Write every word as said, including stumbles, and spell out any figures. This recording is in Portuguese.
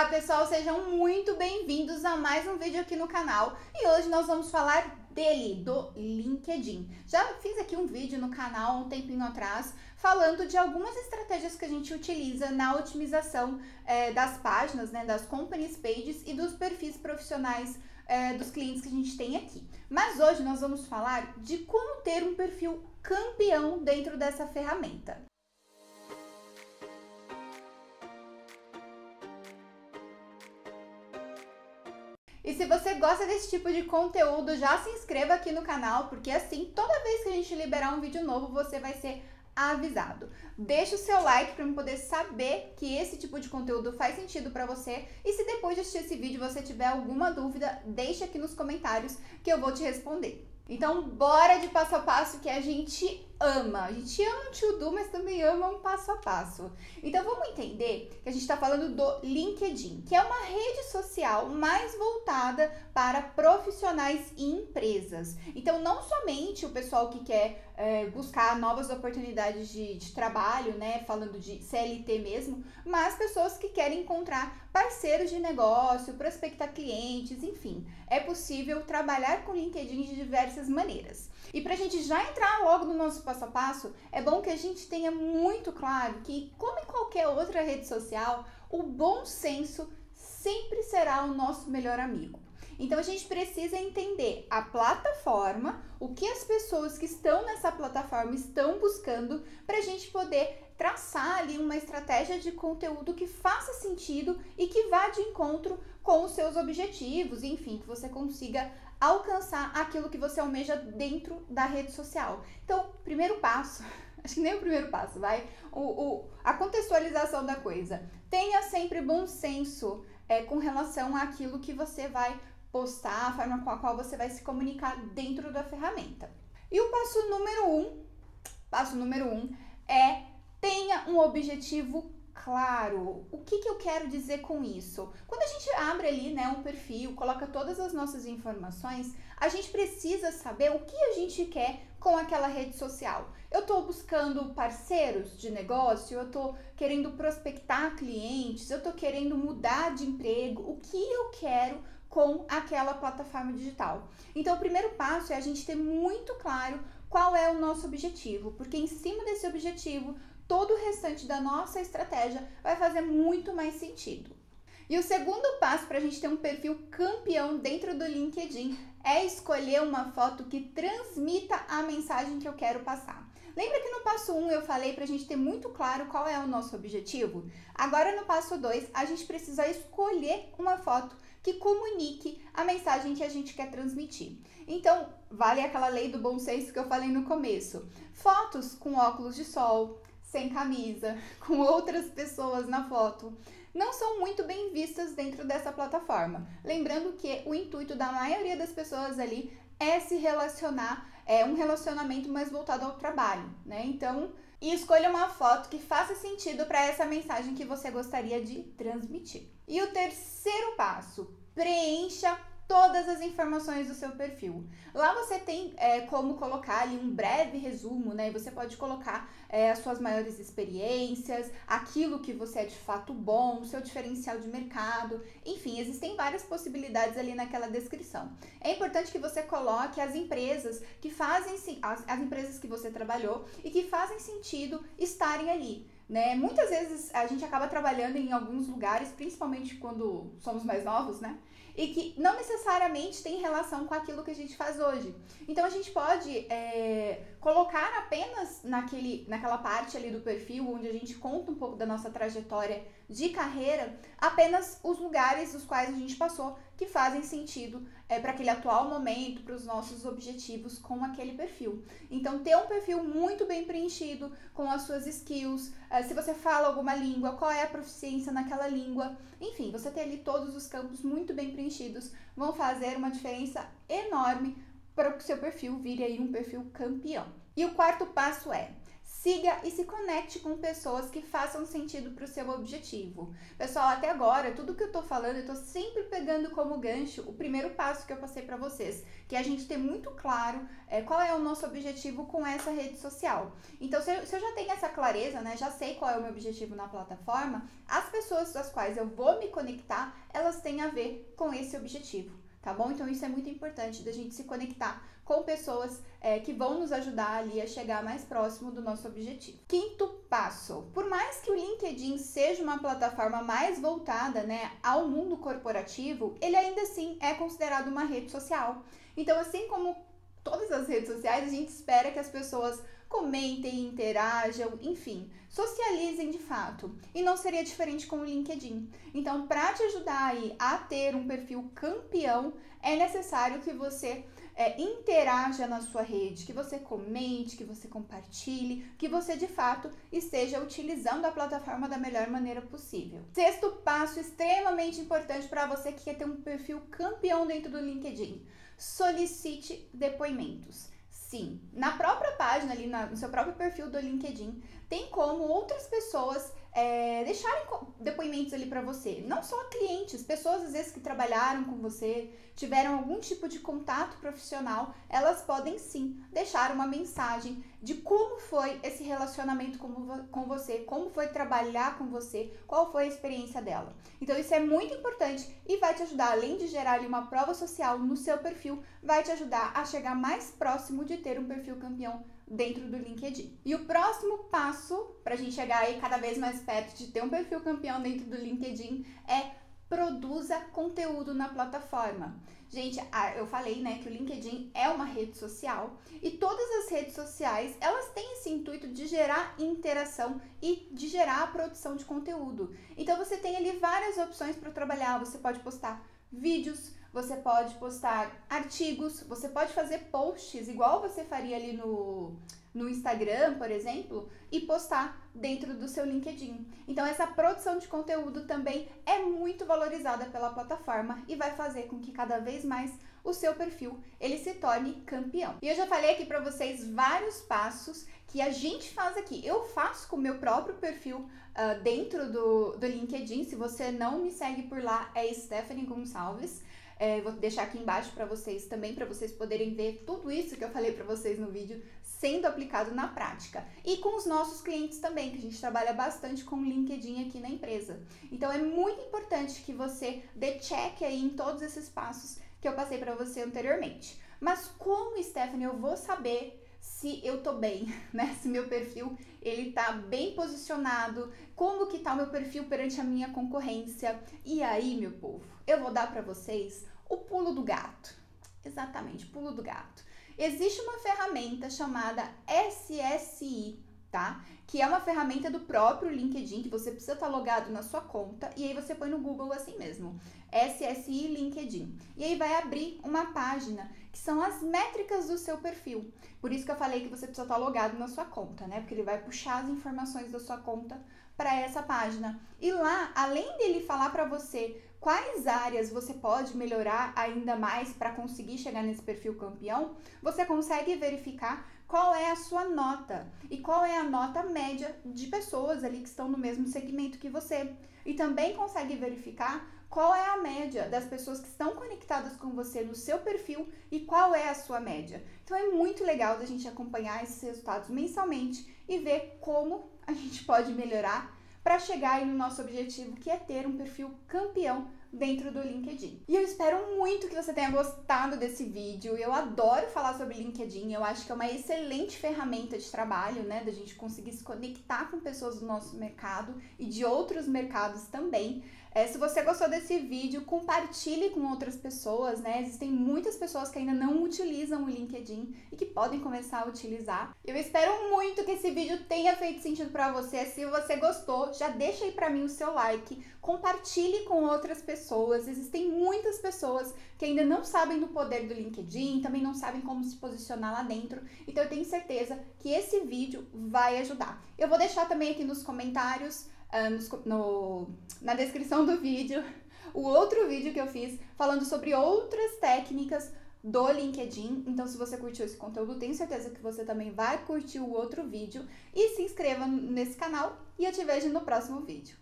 Olá pessoal, sejam muito bem-vindos a mais um vídeo aqui no canal e hoje nós vamos falar dele, do LinkedIn. Já fiz aqui um vídeo no canal um tempinho atrás falando de algumas estratégias que a gente utiliza na otimização é, das páginas, né, das companies pages e dos perfis profissionais é, dos clientes que a gente tem aqui. Mas hoje nós vamos falar de como ter um perfil campeão dentro dessa ferramenta. E se você gosta desse tipo de conteúdo, já se inscreva aqui no canal, porque assim, toda vez que a gente liberar um vídeo novo, você vai ser avisado. Deixa o seu like para eu poder saber que esse tipo de conteúdo faz sentido para você. E se depois de assistir esse vídeo você tiver alguma dúvida, deixa aqui nos comentários que eu vou te responder. Então, bora de passo a passo que a gente ama. A gente ama um to-do, mas também ama um passo a passo. Então, vamos entender que a gente está falando do LinkedIn, que é uma rede social mais voltada para profissionais e empresas. Então, não somente o pessoal que quer é, buscar novas oportunidades de, de trabalho, né, falando de C L T mesmo, mas pessoas que querem encontrar parceiros de negócio, prospectar clientes, enfim. É possível trabalhar com LinkedIn de diversas maneiras. E para a gente já entrar logo no nosso passo a passo, é bom que a gente tenha muito claro que, como em qualquer outra rede social, o bom senso sempre será o nosso melhor amigo. Então a gente precisa entender a plataforma, o que as pessoas que estão nessa plataforma estão buscando, para a gente poder traçar ali uma estratégia de conteúdo que faça sentido e que vá de encontro com os seus objetivos, enfim, que você consiga alcançar aquilo que você almeja dentro da rede social. Então, primeiro passo, acho que nem o primeiro passo, vai, o, o, a contextualização da coisa. Tenha sempre bom senso é, com relação àquilo que você vai postar, a forma com a qual você vai se comunicar dentro da ferramenta. E o passo número um, passo número um é tenha um objetivo claro. O que, que eu quero dizer com isso? Quando a gente abre ali, né, um perfil, coloca todas as nossas informações, a gente precisa saber o que a gente quer com aquela rede social. Eu estou buscando parceiros de negócio, eu estou querendo prospectar clientes, eu estou querendo mudar de emprego, o que eu quero com aquela plataforma digital. Então, o primeiro passo é a gente ter muito claro qual é o nosso objetivo, porque em cima desse objetivo, todo o restante da nossa estratégia vai fazer muito mais sentido. E o segundo passo para a gente ter um perfil campeão dentro do LinkedIn é escolher uma foto que transmita a mensagem que eu quero passar. Lembra que no passo um eu falei para a gente ter muito claro qual é o nosso objetivo? Agora no passo dois a gente precisa escolher uma foto que comunique a mensagem que a gente quer transmitir. Então, vale aquela lei do bom senso que eu falei no começo. Fotos com óculos de sol, sem camisa, com outras pessoas na foto, não são muito bem vistas dentro dessa plataforma. Lembrando que o intuito da maioria das pessoas ali é se relacionar, é um relacionamento mais voltado ao trabalho, né? Então, e escolha uma foto que faça sentido para essa mensagem que você gostaria de transmitir. E o terceiro passo, preencha todas as informações do seu perfil. Lá você tem é, como colocar ali um breve resumo, né? Você pode colocar é, as suas maiores experiências, aquilo que você é de fato bom, o seu diferencial de mercado, enfim, existem várias possibilidades ali naquela descrição. É importante que você coloque as empresas que fazem, as, as empresas que você trabalhou e que fazem sentido estarem ali. Né? Muitas vezes a gente acaba trabalhando em alguns lugares, principalmente quando somos mais novos, né? E que não necessariamente tem relação com aquilo que a gente faz hoje. Então a gente pode é, colocar apenas naquele, naquela parte ali do perfil onde a gente conta um pouco da nossa trajetória de carreira, apenas os lugares dos quais a gente passou que fazem sentido é, para aquele atual momento, para os nossos objetivos com aquele perfil. Então ter um perfil muito bem preenchido com as suas skills, é, se você fala alguma língua, qual é a proficiência naquela língua, enfim, você ter ali todos os campos muito bem preenchidos vão fazer uma diferença enorme para que o seu perfil vire aí um perfil campeão. E o quarto passo é siga e se conecte com pessoas que façam sentido para o seu objetivo. Pessoal, até agora, tudo que eu tô falando, eu tô sempre pegando como gancho o primeiro passo que eu passei para vocês, que é a gente ter muito claro é, qual é o nosso objetivo com essa rede social. Então, se eu, se eu já tenho essa clareza, né, já sei qual é o meu objetivo na plataforma, as pessoas das quais eu vou me conectar, elas têm a ver com esse objetivo, tá bom? Então, isso é muito importante, da gente se conectar com pessoas é, que vão nos ajudar ali a chegar mais próximo do nosso objetivo. Quinto passo, por mais que o LinkedIn seja uma plataforma mais voltada, né, ao mundo corporativo, ele ainda assim é considerado uma rede social. Então, assim como todas as redes sociais, a gente espera que as pessoas comentem, interajam, enfim, socializem de fato. E não seria diferente com o LinkedIn. Então, para te ajudar aí a ter um perfil campeão, é necessário que você é, interaja na sua rede, que você comente, que você compartilhe, que você de fato esteja utilizando a plataforma da melhor maneira possível. Sexto passo extremamente importante para você que quer ter um perfil campeão dentro do LinkedIn: solicite depoimentos. Sim, na própria página, ali na, no seu próprio perfil do LinkedIn, tem como outras pessoas é, deixarem depoimentos ali para você. Não só clientes, pessoas às vezes que trabalharam com você, tiveram algum tipo de contato profissional, elas podem sim deixar uma mensagem de como foi esse relacionamento com, com você, como foi trabalhar com você, qual foi a experiência dela. Então isso é muito importante e vai te ajudar, além de gerar ali uma prova social no seu perfil, vai te ajudar a chegar mais próximo de ter um perfil campeão dentro do LinkedIn. E o próximo passo para a gente chegar aí cada vez mais perto de ter um perfil campeão dentro do LinkedIn é produza conteúdo na plataforma. Gente, eu falei, né, que o LinkedIn é uma rede social e todas as redes sociais, elas têm esse intuito de gerar interação e de gerar a produção de conteúdo. Então você tem ali várias opções para trabalhar, você pode postar vídeos, você pode postar artigos, você pode fazer posts igual você faria ali no, no Instagram, por exemplo, e postar dentro do seu LinkedIn. Então essa produção de conteúdo também é muito valorizada pela plataforma e vai fazer com que cada vez mais o seu perfil ele se torne campeão. E eu já falei aqui para vocês vários passos que a gente faz aqui. Eu faço com o meu próprio perfil uh, dentro do, do LinkedIn. Se você não me segue por lá, é Stephanie Gonçalves. É, vou deixar aqui embaixo para vocês também, para vocês poderem ver tudo isso que eu falei para vocês no vídeo sendo aplicado na prática. E com os nossos clientes também, que a gente trabalha bastante com o LinkedIn aqui na empresa. Então é muito importante que você dê check aí em todos esses passos que eu passei para você anteriormente. Mas como, Stephanie, eu vou saber se eu tô bem, né? Se meu perfil ele tá bem posicionado, como que tá o meu perfil perante a minha concorrência? E aí, meu povo, eu vou dar para vocês o pulo do gato. Exatamente, pulo do gato. Existe uma ferramenta chamada S S I, tá? Que é uma ferramenta do próprio LinkedIn, que você precisa estar logado na sua conta, e aí você põe no Google assim mesmo, S S I LinkedIn. E aí vai abrir uma página que são as métricas do seu perfil. Por isso que eu falei que você precisa estar logado na sua conta, né? Porque ele vai puxar as informações da sua conta para essa página. E lá, além dele falar para você quais áreas você pode melhorar ainda mais para conseguir chegar nesse perfil campeão, você consegue verificar qual é a sua nota e qual é a nota média de pessoas ali que estão no mesmo segmento que você. E também consegue verificar qual é a média das pessoas que estão conectadas com você no seu perfil e qual é a sua média. Então é muito legal da gente acompanhar esses resultados mensalmente e ver como a gente pode melhorar para chegar aí no nosso objetivo, que é ter um perfil campeão dentro do LinkedIn. E eu espero muito que você tenha gostado desse vídeo. Eu adoro falar sobre LinkedIn, eu acho que é uma excelente ferramenta de trabalho, né, da gente conseguir se conectar com pessoas do nosso mercado e de outros mercados também. É, se você gostou desse vídeo, compartilhe com outras pessoas, né? Existem muitas pessoas que ainda não utilizam o LinkedIn e que podem começar a utilizar. Eu espero muito que esse vídeo tenha feito sentido para você. Se você gostou, já deixa aí para mim o seu like, compartilhe com outras pessoas. Existem muitas pessoas que ainda não sabem do poder do LinkedIn, também não sabem como se posicionar lá dentro. Então eu tenho certeza que esse vídeo vai ajudar. Eu vou deixar também aqui nos comentários, Uh, no, no, na descrição do vídeo, o outro vídeo que eu fiz falando sobre outras técnicas do LinkedIn. Então, se você curtiu esse conteúdo, tenho certeza que você também vai curtir o outro vídeo. E se inscreva nesse canal e eu te vejo no próximo vídeo.